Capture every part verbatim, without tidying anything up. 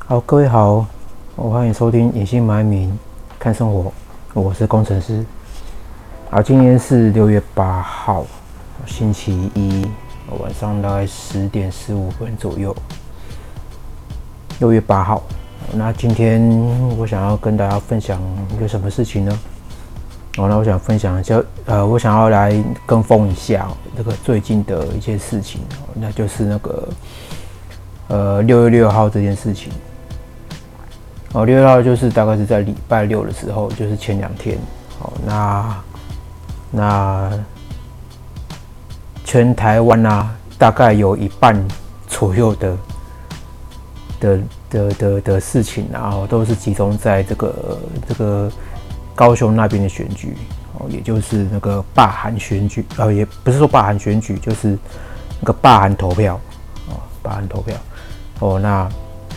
好，各位好，欢迎收听《隐姓埋名看生活》，我是工程师。好，今天是六月八号，星期一晚上大概十点十五分左右。六月八号，那今天我想要跟大家分享一个什么事情呢？哦，那我想分享一下，呃，我想要来跟风一下这个最近的一些事情，那就是那个呃六月六号这件事情。哦，六月六号就是大概是在礼拜六的时候，就是前两天。哦，那那全台湾啊，大概有一半左右的的的的的事情，然后都是集中在这个这个高雄那边的选举，哦，也就是那个罢韩选举，呃，也不是说罢韩选举，就是那个罢韩投票，哦，罢韩投票，哦，那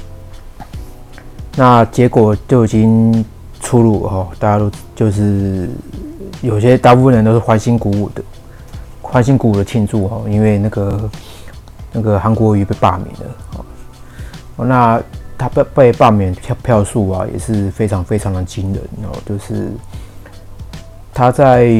那结果就已经出炉哦，大家都就是有些大部分人都是欢欣鼓舞的，欢欣鼓舞的庆祝哦，因为那个那个韩国瑜被罢免了，哦，那他被被罢免票票数啊也是非常非常的惊人哦，就是他在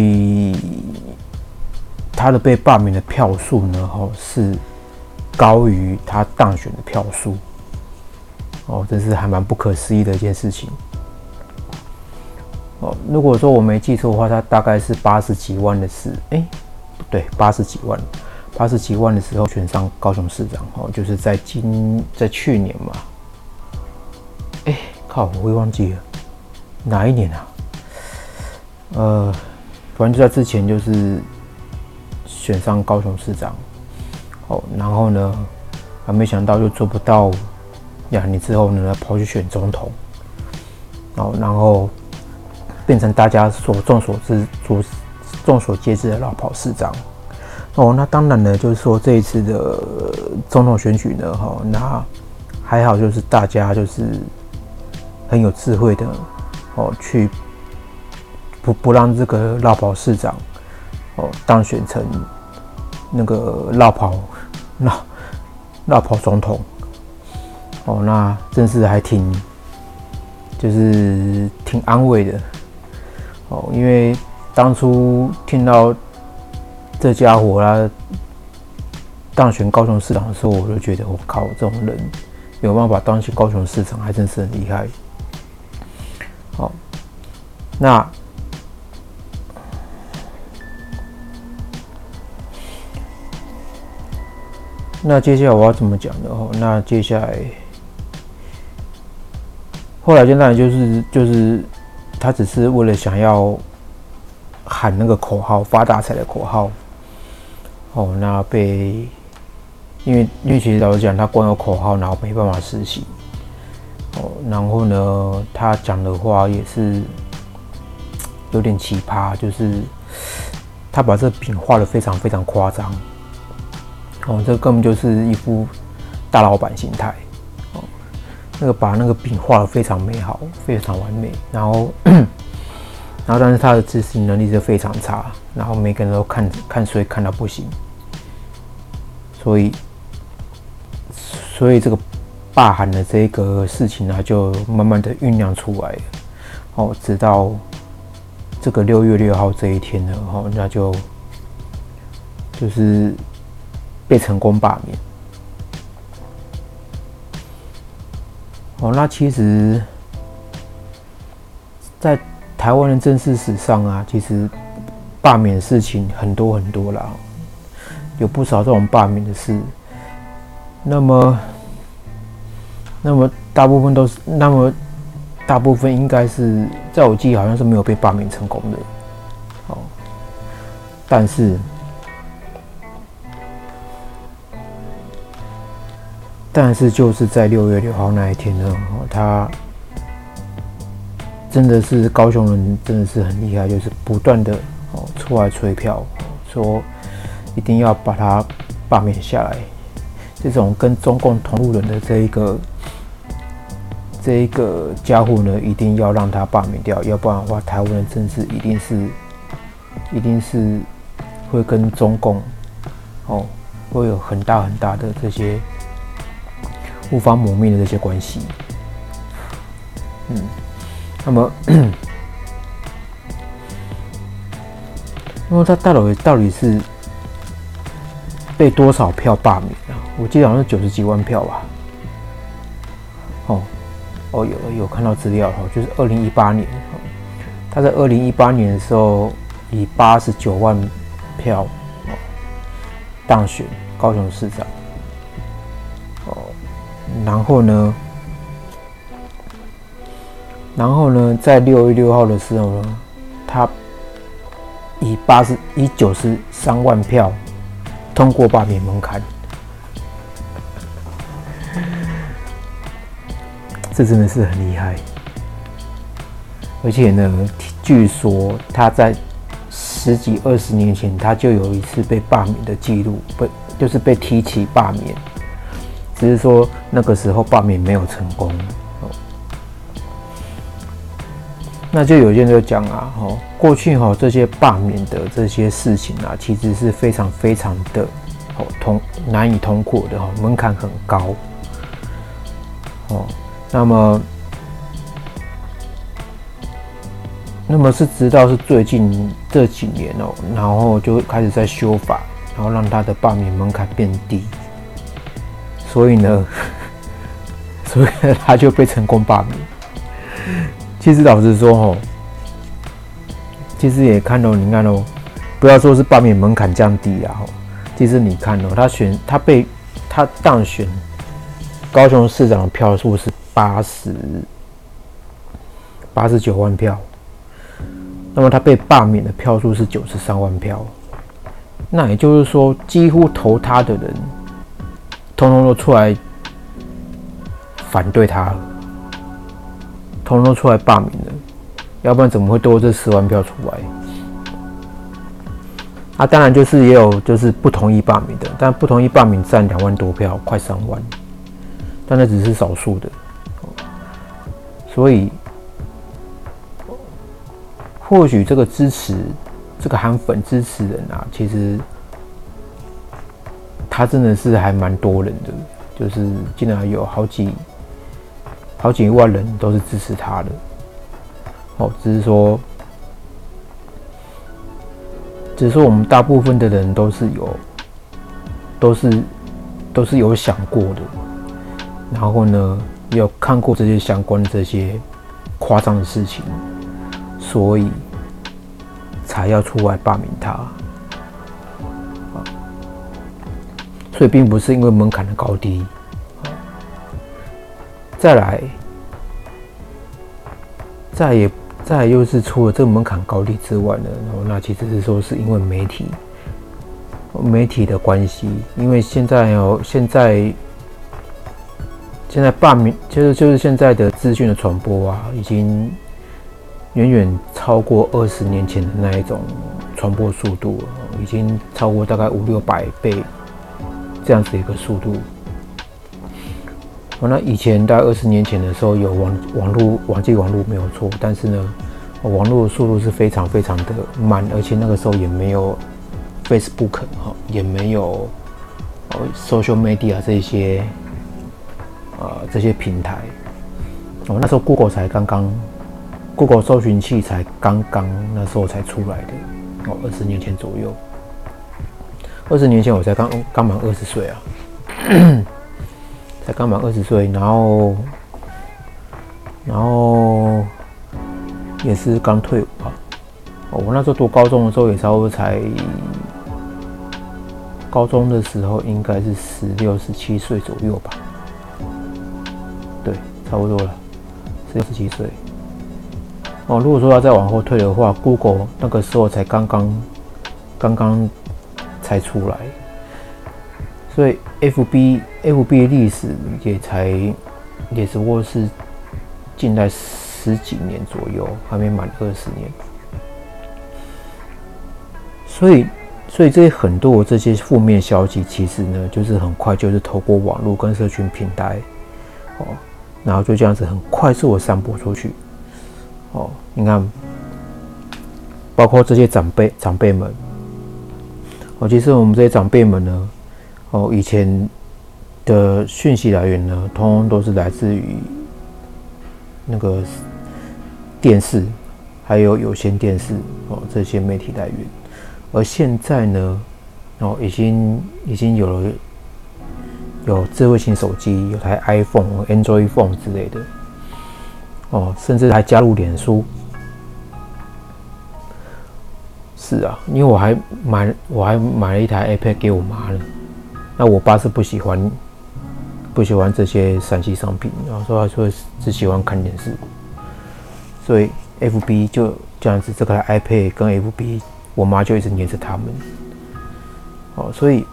他的被罢免的票数呢，哦是高于他当选的票数，哦，这是还蛮不可思议的一件事情。哦，如果说我没记错的话，他大概是八十几万的事，哎，不对，八十几万，八十几万的时候选上高雄市长，哦，就是在今在去年嘛。哎、欸，靠！我会忘记了哪一年啊？呃，反正就在之前，就是选上高雄市长，哦，然后呢，还没想到就做不到两年之后呢，跑去选总统，哦，然后变成大家所众所知、所众所皆知的落跑市长。哦，那当然呢，就是说这一次的总统选举呢，哈、哦，那还好，就是大家就是很有智慧的哦，去不不让这个落跑市长哦当选成那个落跑落落跑总统哦，那真是还挺就是挺安慰的哦，因为当初听到这家伙啦当选高雄市长的时候，我就觉得我靠，这种人有办法当选高雄市长，还真是很厉害。好，那那接下来我要怎么讲呢？哦，那接下来后来现在就是就是他只是为了想要喊那个口号发大财的口号，哦，那被因为因为其实老实讲，他光有口号，然后没办法实行。哦，然后呢，他讲的话也是有点奇葩，就是他把这饼画得非常非常夸张，哦，这根本就是一副大老板心态，哦，那个把那个饼画得非常美好，非常完美，然后，然后但是他的执行能力是非常差，然后每个人都看看衰看到不行，所以，所以这个罢韩的这个事情呢，就慢慢的酝酿出来了，哦，直到这个六月六号这一天呢，哦，那就就是被成功罢免。哦，那其实，在台湾的政治史上啊，其实罢免的事情很多很多啦，有不少这种罢免的事。那么。那么大部分都是，那么大部分应该是，在我记忆好像是没有被罢免成功的，哦，但是，但是就是在六月六号那一天呢，哦，他真的是高雄人，真的是很厉害，就是不断的哦出来催票，说一定要把他罢免下来。这种跟中共同路人的这一个这一个家伙呢，一定要让他罢免掉，要不然的话，台湾的政治一定是一定是会跟中共哦会有很大很大的这些无法磨灭的这些关系。 嗯，那么，那么他到底到底是被多少票罢免啊？我记得好像是九十几万票吧。哦，哦，有有看到资料哦，就是二零一八年，他在二零一八年的时候以八十九万票哦当选高雄市长。哦，然后呢，然后呢，在六月六号的时候呢，他以八十以九十三万票通过罢免门槛。这真的是很厉害，而且呢，据说他在十几二十年前，他就有一次被罢免的记录，被就是被提起罢免，只是说那个时候罢免没有成功。哦、那就有些人就讲啊，哦，过去哈、哦、这些罢免的这些事情啊，其实是非常非常的哦通难以通过的哈、哦，门槛很高，哦。那么，那么是直到是最近这几年哦，然后就开始在修法，然后让他的罢免门槛变低，所以呢，所以他就被成功罢免。其实老实说哦，其实也看到你看哦，不要说是罢免门槛降低啦哦，其实你看哦，他选他被他当选高雄市长的票数是。八十八十九万票，那么他被罢免的票数是九十三万票，那也就是说，几乎投他的人，通通都出来反对他了，通通都出来罢免了，要不然怎么会多这十万票出来？啊，当然就是也有就是不同意罢免的，但不同意罢免占两万多票，快三万，但那只是少数的。所以，或许这个支持，这个韩粉支持人啊，其实他真的是还蛮多人的，就是竟然有好几好几万人都是支持他的。哦，只是说，只是说我们大部分的人都是有，都是都是有想过的，然后呢？也有看过这些相关的这些夸张的事情，所以才要出来罢免他。所以并不是因为门槛的高低。再来，再也再来又是除了这个门槛高低之外呢，然后那其实是说是因为媒体媒体的关系，因为现在哦现在。现在罢免就是就是现在的资讯的传播啊，已经远远超过二十年前的那一种传播速度了，已经超过大概五六百倍这样子一个速度。哦，那以前大概二十年前的时候有网网络网际网络没有错，但是呢，网络的速度是非常非常的慢，而且那个时候也没有 Facebook 哈，也没有 social media 这些。呃，这些平台，哦，那时候 Google 才刚刚 ，Google 搜寻器才刚刚那时候才出来的，哦，二十年前左右。二十年前我才刚刚满二十岁啊，才刚满二十岁，然后，然后也是刚退伍啊。哦，我那时候读高中的时候也差不多才，高中的时候应该是十六、十七岁左右吧。对，差不多了，十六、十七岁。哦，如果说要再往后退的话 ，Google 那个时候才刚刚、刚刚才出来，所以 F B F B 的历史也才也只不过是近代十几年左右，还没满二十年。所以，所以这些很多这些负面消息，其实呢，就是很快就是透过网络跟社群平台，哦。然后就这样子很快速的散播出去，哦，你看，包括这些长辈长辈们，哦，其实我们这些长辈们呢，哦，以前的讯息来源呢，通通都是来自于那个电视，还有有线电视哦这些媒体来源。而现在呢，哦已经已经有了有智慧型手机，有台 iPhone、Android Phone 之类的，哦，甚至还加入脸书。是啊，因为我还买我还买了一台 iPad 给我妈呢。那我爸是不喜欢不喜欢这些三 C 商品，然后说他说只喜欢看电视，所以 F B 就这样子，这个 iPad 跟 F B， 我妈就一直黏着他们。哦，所以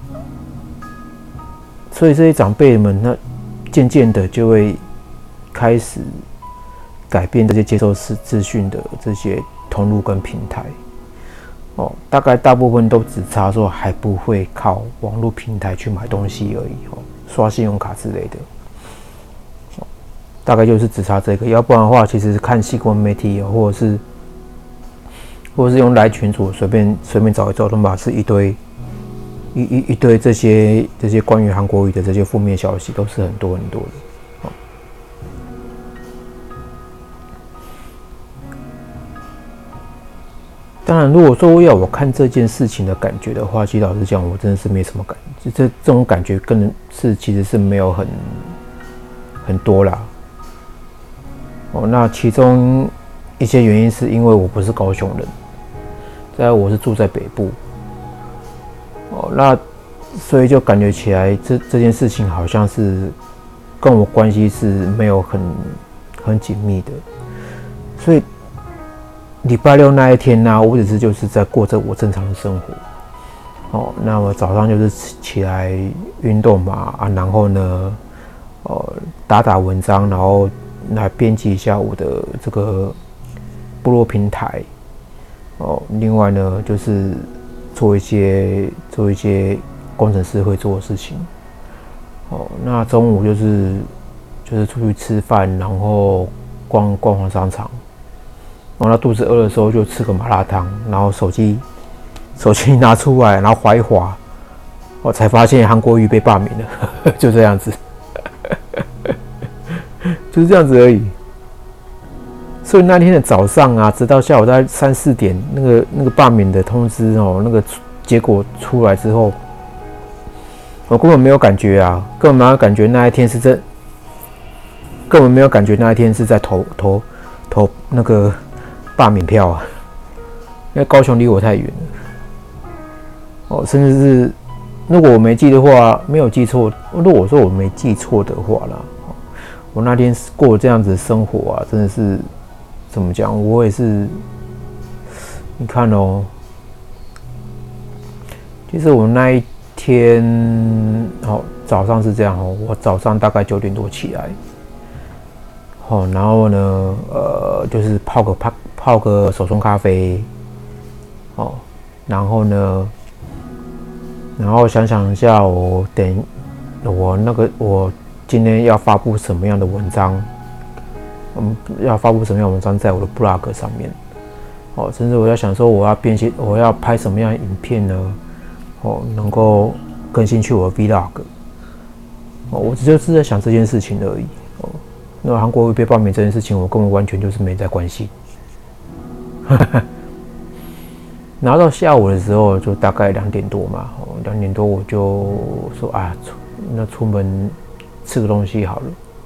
所以这些长辈们，那渐渐的就会开始改变这些接受资讯的这些通路跟平台。哦，大概大部分都只差说还不会靠网络平台去买东西而已，哦，刷信用卡之类的，哦，大概就是只差这个。要不然的话，其实看新闻媒体，或者是或者是用来群组随便随便找一找，都嘛是一堆一一一堆这些这些关于韩国语的这些负面消息，都是很多很多的。当然，如果说要我看这件事情的感觉的话，其实老实讲，我真的是没什么感觉。这这种感觉，更是其实是没有很很多啦。哦，那其中一些原因是因为我不是高雄人，再来我是住在北部。哦，那所以就感觉起来这这件事情好像是跟我关系是没有很很紧密的，所以。礼拜六那一天呢、啊，我只是就是在过着我正常的生活。哦，那我早上就是起来运动嘛，啊，然后呢，呃，打打文章，然后来编辑一下我的这个部落平台。哦，另外呢，就是做一些做一些工程师会做的事情。哦，那中午就是就是出去吃饭，然后逛逛逛商场。然后他肚子饿的时候就吃个麻辣烫，然后手机手机拿出来，然后滑一滑，我才发现韩国瑜被罢免了，就这样子，就是这样子而已。所以那天的早上啊，直到下午大概三四点，那个那个罢免的通知哦，那个结果出来之后，我根本没有感觉啊，根本没有感觉那一天是在，根本没有感觉那一天是在投投投那个。罢免票啊，因为高雄离我太远了。哦，甚至是如果我没记的话，没有记错，如果说我没记错的话啦，我那天过这样子的生活啊，真的是怎么讲？我也是，你看哦，其实我那一天哦早上是这样哦，我早上大概九点多起来，哦，然后呢，呃，就是泡个泡。泡个手冲咖啡，哦，然后呢，然后想想一下，我等我那个我今天要发布什么样的文章，嗯，要发布什么样的文章在我的 blog 上面，哦，甚至我在想说，我要编写，我要拍什么样的影片呢？哦，能够更新去我的 vlog，哦，我只就是在想这件事情而已，哦，那韩国瑜被罢免这件事情，我根本完全就是没在关心。然后到下午的时候，就大概两点多嘛，哦，两点多我就说啊，那出门吃个东西好了，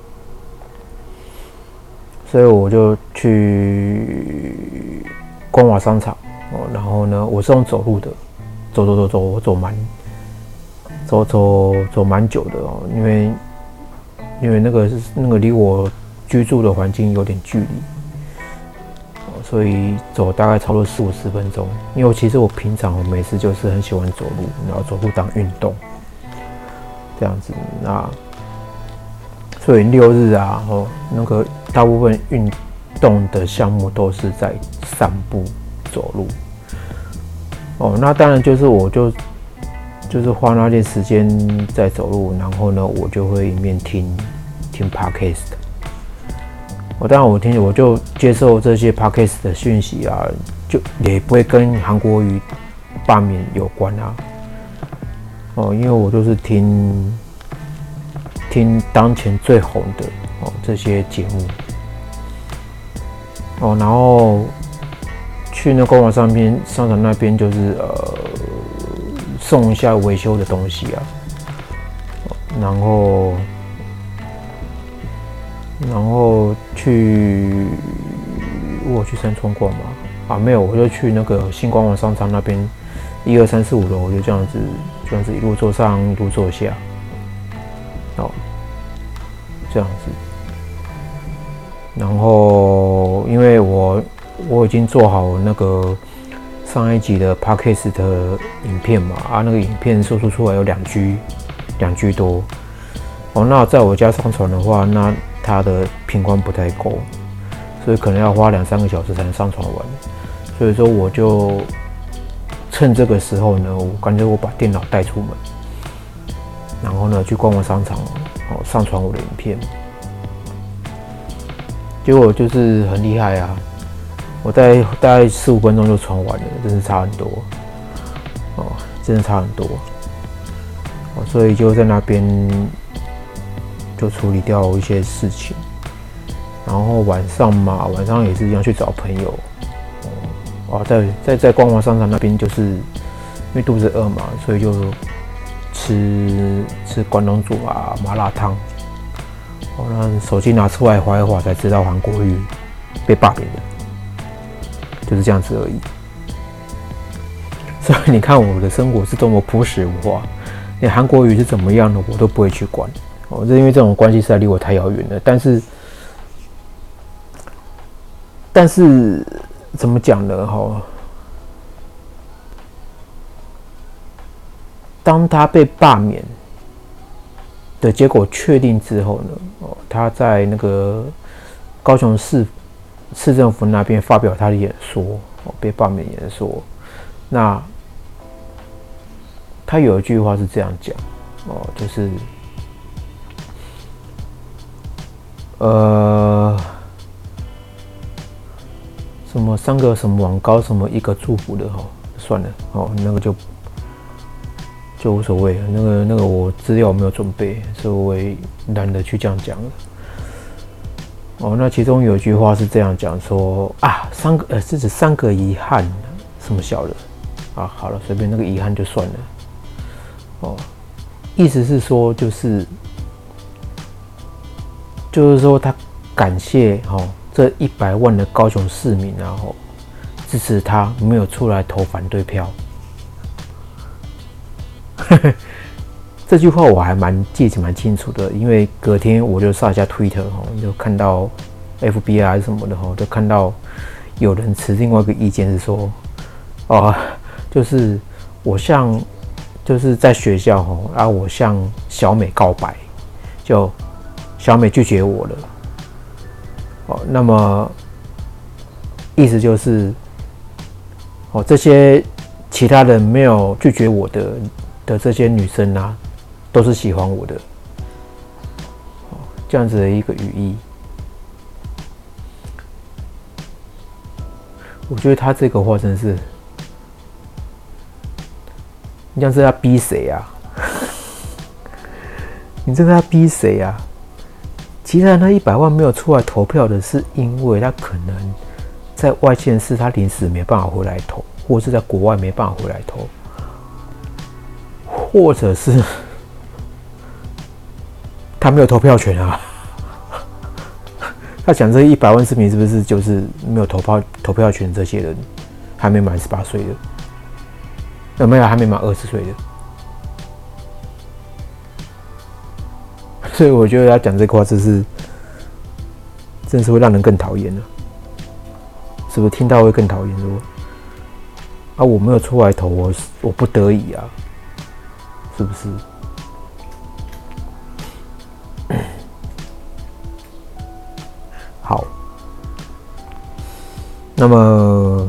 所以我就去光华商场，哦，然后呢，我是用走路的，走走走走，我走蛮走走走蛮久的哦，因为因为那个是那个离我居住的环境有点距离。所以走大概超过四五十分钟，因为其实我平常我每次就是很喜欢走路，然后走路当运动，这样子。那所以六日啊，哦，那个大部分运动的项目都是在散步走路。哦，那当然就是我就就是花那点时间在走路，然后呢，我就会一面听听 podcast。我当然我听我就接受这些 podcast 的讯息啊，就也不会跟韩国瑜罢免有关啊。哦，因为我就是听听当前最红的哦这些节目， 哦，然后去那官网上边商场那边就是呃送一下维修的东西啊，然后然后去我有去三重逛吗？啊没有，我就去那个新官网商场那边一二三四五楼，我就这样子这样子一路坐上一路坐下，哦，这样子。然后，因为我我已经做好那个上一集的 podcast 的影片嘛，啊，那个影片输出出来有两 G， 两 G 多。哦，那在我家上传的话，那它的频宽不太够，所以可能要花两三个小时才能上传完。所以说，我就趁这个时候呢，我干脆我把电脑带出门，然后呢去官网商场哦上传我的影片。结果就是很厉害啊！我大概大概四五分钟就传完了，真是差很多哦，真的差很多哦，所以就在那边就处理掉一些事情，然后晚上嘛，晚上也是一样去找朋友哦，哦在在在光华商场那边，就是因为肚子饿嘛，所以就吃吃关东煮啊、麻辣烫。哦，那手机拿出来滑一滑，才知道韩国瑜被罢免了，就是这样子而已。所以你看我的生活是多么朴实无华，连韩国瑜是怎么样的我都不会去管。哦，这因为这种关系实在离我太遥远了。但是，但是怎么讲呢？哈，当他被罢免的结果确定之后呢，哦，他在那个高雄市市政府那边发表他的演说，哦，被罢免演说。那他有一句话是这样讲，哦，就是呃什么三个什么网高什么一个祝福的哦，算了哦，那个就。就无所谓了，那个那个我资料没有准备，所以我也懒得去这样讲了。哦，那其中有一句话是这样讲说啊，三个呃，这是三个遗憾，什么小的啊？好了，随便那个遗憾就算了。哦，意思是说就是就是说他感谢哦这一百万的高雄市民啊，哦支持他，没有出来投反对票。这句话我还蛮记得蛮清楚的，因为隔天我就上一下 Twitter 哈，就看到 F B I 还是什么的哈，就看到有人持另外一个意见是说，哦，就是我向就是在学校哈，啊，我向小美告白，就小美拒绝我了，哦，那么意思就是，哦，这些其他人没有拒绝我的。的这些女生啊，都是喜欢我的，这样子的一个语义，我觉得他这个话真的是，你这样是在逼谁啊？你这是在逼谁啊？其实那一百万没有出来投票的，是因为他可能在外县市他临时没办法回来投，或者是在国外没办法回来投。或者是他没有投票权啊？他讲这一百万市民是不是就是没有投票投票权？这些人还没满十八岁的，有没有还没满二十岁的？所以我觉得他讲这话，真是真是会让人更讨厌的。是不是听到会更讨厌？说啊，我没有出来投，我我不得已啊。是不是？好，那么，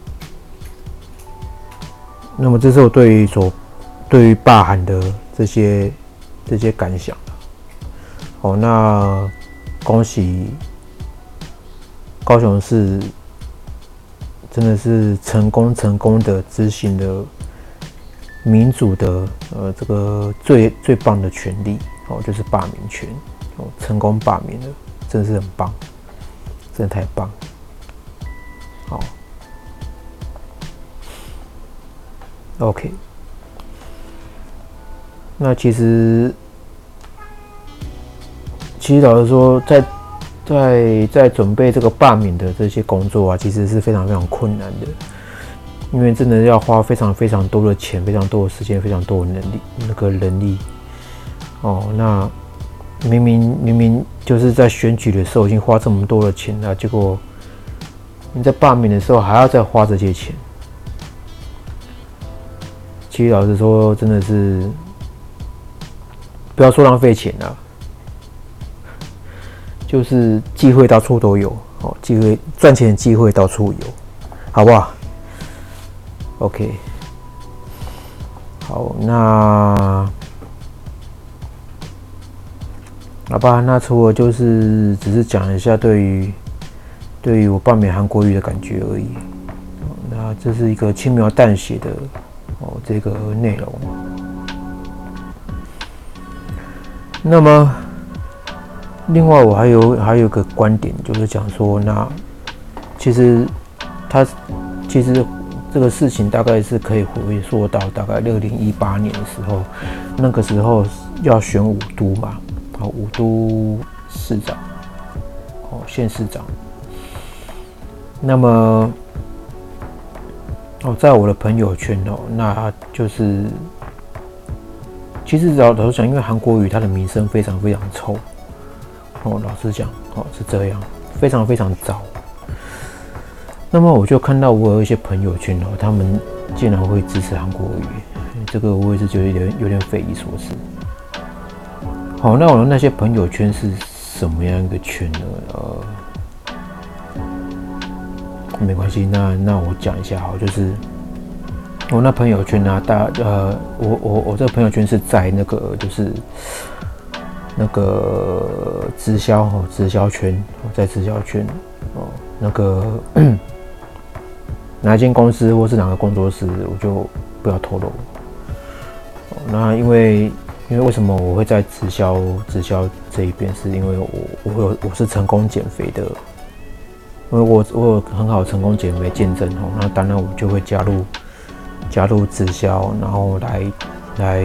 那么这是我对于所对于罢韩的这些这些感想。好，那恭喜高雄市真的是成功成功的执行了。民主的呃这个最最棒的权利哦，就是罢免权哦，成功罢免了，真的是很棒，真的太棒。 好 ，OK。那其实，其实老实说，在在在准备这个罢免的这些工作啊，其实是非常非常困难的，因为真的要花非常非常多的钱、非常多的时间、非常多的能力，那个人力。哦，那明明明明就是在选举的时候已经花这么多的钱了，结果你在罢免的时候还要再花这些钱。其实老实说，真的是。不要说浪费钱啊，就是机会到处都有，哦，机会赚钱的机会到处有，好不好 ？OK， 好，那好吧，那除了就是只是讲一下对于对于我罢免韩国瑜的感觉而已，那这是一个轻描淡写的哦这个内容。那么，另外我还有还有一个观点，就是讲说，那其实他其实这个事情大概是可以回溯到大概二零一八年的时候，那个时候要选五都嘛，好，五都市长，哦，县市长。那么，哦，在我的朋友圈哦，那就是。其实老老实讲，因为韩国瑜他的名声非常非常臭，哦，老实讲，哦是这样，非常非常糟。那么我就看到我有一些朋友圈哦，他们竟然会支持韩国瑜，这个我也是觉得有点有点匪夷所思。好，那我的那些朋友圈是什么样一个圈呢？呃，没关系，那那我讲一下好，就是。我那朋友圈啊，大呃，我我我这个朋友圈是在那个就是那个直销哦，直销圈，在直销圈哦，那个哪一间公司或是哪个工作室，我就不要透露。哦、那因为因为为什么我会在直销直销这一边，是因为我我有我是成功减肥的，因为我我有很好成功减肥见证哦，那当然我就会加入。加入直销，然后来来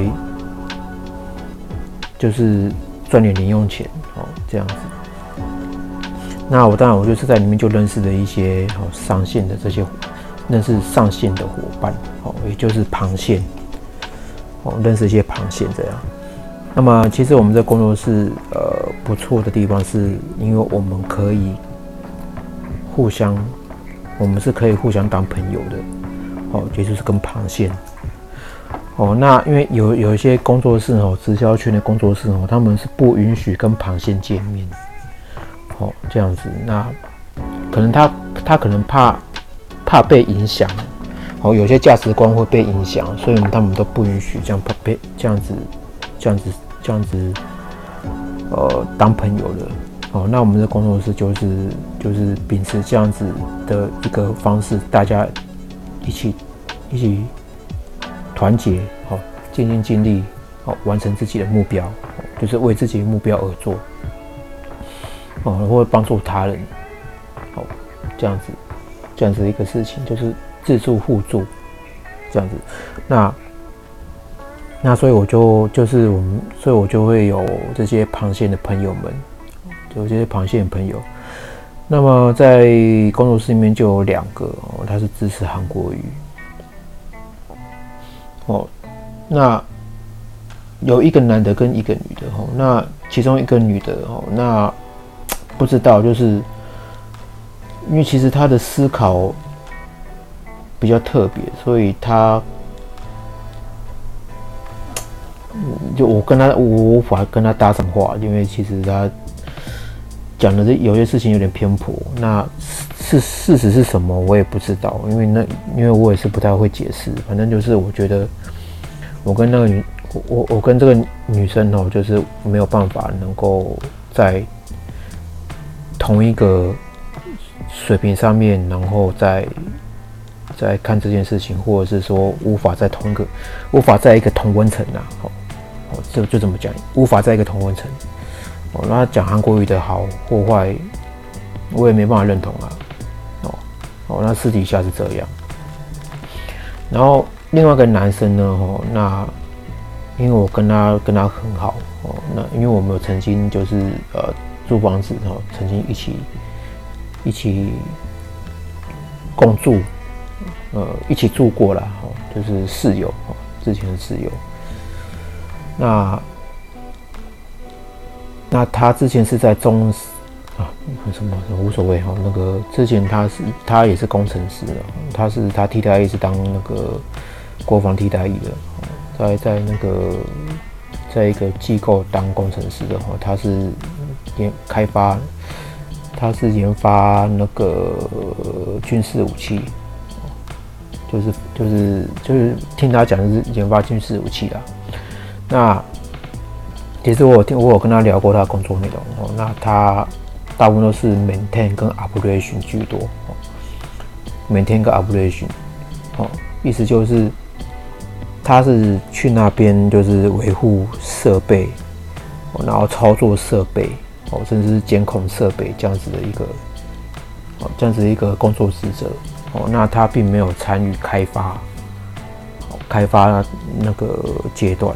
就是赚点零用钱哦，这样子。那我当然我就是在里面就认识了一些哦上线的这些认识上线的伙伴哦，也就是螃蟹哦，认识一些螃蟹这样。那么其实我们这工作室呃不错的地方是，因为我们可以互相，我们是可以互相当朋友的。哦，也就是跟螃蟹哦，那因为有有一些工作室哦，直销圈的工作室哦，他们是不允许跟螃蟹见面，哦，这样子，那可能他他可能怕怕被影响，哦，有些价值观会被影响，所以他们都不允许这样被这样子这样子这样子呃当朋友的，哦，那我们的工作室就是就是秉持这样子的一个方式，大家。一起一起团结，好，尽心尽力，好，完成自己的目标，就是为自己的目标而做，哦，或者帮助他人，好，这样子，这样子一个事情，就是自助互助，这样子。那那所以我就就是我们，所以我就会有这些螃蟹的朋友们，有这些螃蟹的朋友。那么在工作室里面就有两个哦，他是支持韩国瑜哦。那有一个男的跟一个女的哦，那其中一个女的哦，那不知道就是因为其实他的思考比较特别，所以他就我跟他我无法跟他搭上话，因为其实他。讲的有些事情有点偏颇，那是事实是什么我也不知道，因为那因为我也是不太会解释，反正就是我觉得我跟那个女我我跟这个女生哦，就是没有办法能够在同一个水平上面，然后再再看这件事情，或者是说无法在同一个无法在一个同温层啊，哦哦就就这么讲，无法在一个同温层。哦，那讲韩国瑜的好或坏，我也没办法认同啊。哦哦，那私底下是这样。然后另外一个男生呢，哦，那因为我跟他跟他很好哦，那因为我们有曾经就是呃租房子哦，曾经一起一起共住，呃一起住过啦，哦，就是室友哦，之前的室友。那那他之前是在中啊什么无所谓哈，那个之前他是他也是工程师的，他是他替代役是当那个国防替代役的，在在那个在一个机构当工程师的话，他是研开发，他是研发那个军事武器，就是就是就是听他讲的是研发军事武器啦。那其实我有听我有跟他聊过他的工作内容哦，那他大部分都是 maintain 跟 operation 居多哦 ，maintain 跟 operation 哦，意思就是他是去那边就是维护设备，哦，然后操作设备哦，甚至是监控设备这样子的一个哦这样子的一个工作职责哦，那他并没有参与开发，哦，开发那个阶段。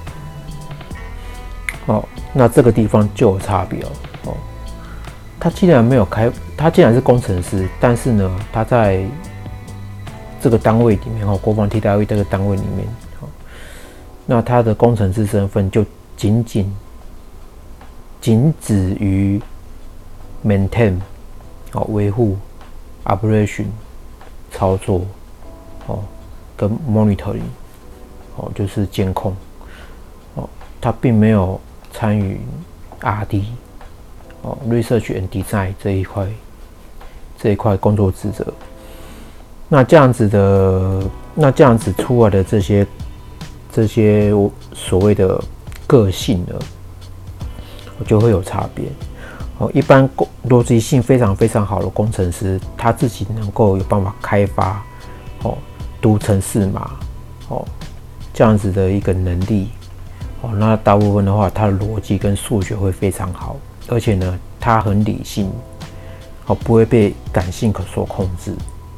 哦，那这个地方就有差别哦。他既然没有开，他既然是工程师，但是呢，他在这个单位里面哦，国防替代役这个单位里面，哦，那他的工程师身份就仅仅仅止于 maintain 哦，维护 operation 操作哦，跟 monitoring 哦，就是监控哦，他并没有参与 R D 哦 ，research and design 这一块这一块工作职责。那这样子的，那这样子出来的这些这些所谓的个性呢，就会有差别。哦，一般逻辑性非常非常好的工程师，他自己能够有办法开发哦，读程式码哦，这样子的一个能力。哦，那大部分的话，他的逻辑跟数学会非常好，而且呢，他很理性，哦，不会被感性所控制。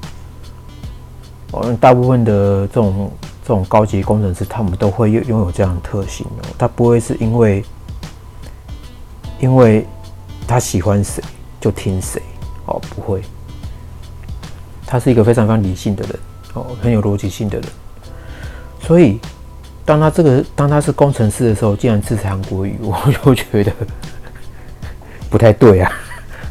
哦，大部分的这种这种高级工程师，他们都会拥有这样的特性哦，他不会是因为因为他喜欢谁就听谁，哦，不会，他是一个非常非常理性的人，哦，很有逻辑性的人，所以。当他这个当他是工程师的时候，竟然自惭国语，我就觉得不太对啊。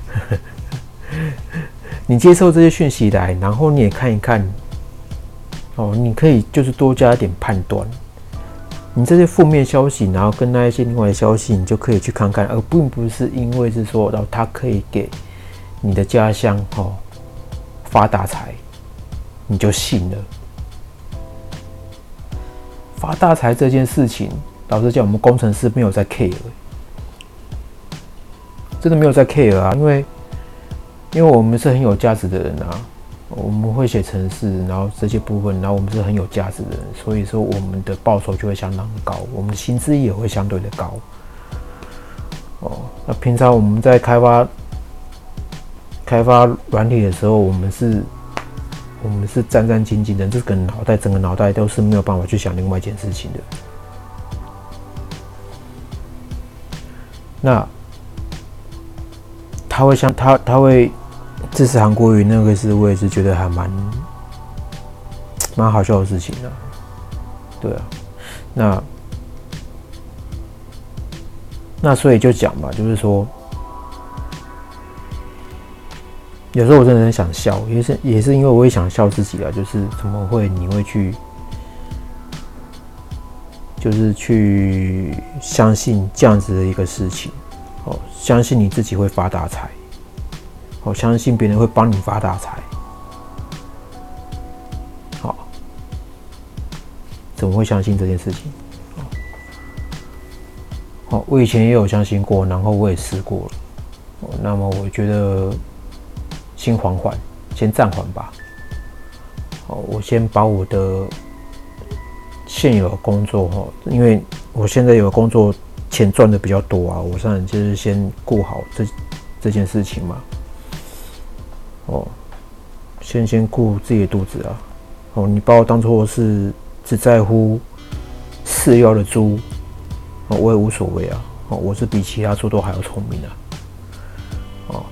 你接受这些讯息来，然后你也看一看，哦，你可以就是多加一点判断。你这些负面消息，然后跟那一些另外的消息，你就可以去看看，而并不是因为是说，然后他可以给你的家乡哦发大财，你就信了。发大财这件事情，老实讲，我们工程师没有在 care， 真的没有在 care 啊，因为因为我们是很有价值的人啊，我们会写程式，然后这些部分，然后我们是很有价值的人，所以说我们的报酬就会相当高，我们的薪资也会相对的高。哦，那平常我们在开发开发软体的时候，我们是。我们是战战兢兢的，这个脑袋整个脑袋都是没有办法去想另外一件事情的。那他会像他他会支持韩国瑜，那个是我也是觉得还蛮蛮好笑的事情的，对啊。那那所以就讲嘛，就是说。有时候我真的很想笑，也是也是因为我也想笑自己啊，就是怎么会你会去，就是去相信这样子的一个事情，哦，相信你自己会发大财，哦，相信别人会帮你发大财，好，怎么会相信这件事情？哦，我以前也有相信过，然后我也试过了，哦，那么我觉得。先缓缓，先暂缓吧。哦，我先把我的现有的工作哈，因为我现在有的工作钱赚的比较多啊，我当然就是先顾好这这件事情嘛。哦， 先先顾自己的肚子啊。哦，你把我当作是只在乎饲料的猪，哦，我也无所谓啊。哦，我是比其他猪都还要聪明啊。哦，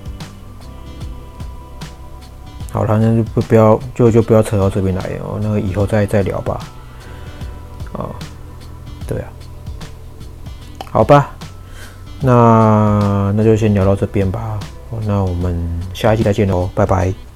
好了，那就不不要就就不要扯到这边来哦，那个以后再再聊吧。啊，对啊，好吧，那那就先聊到这边吧。那我们下一期再见喽，拜拜。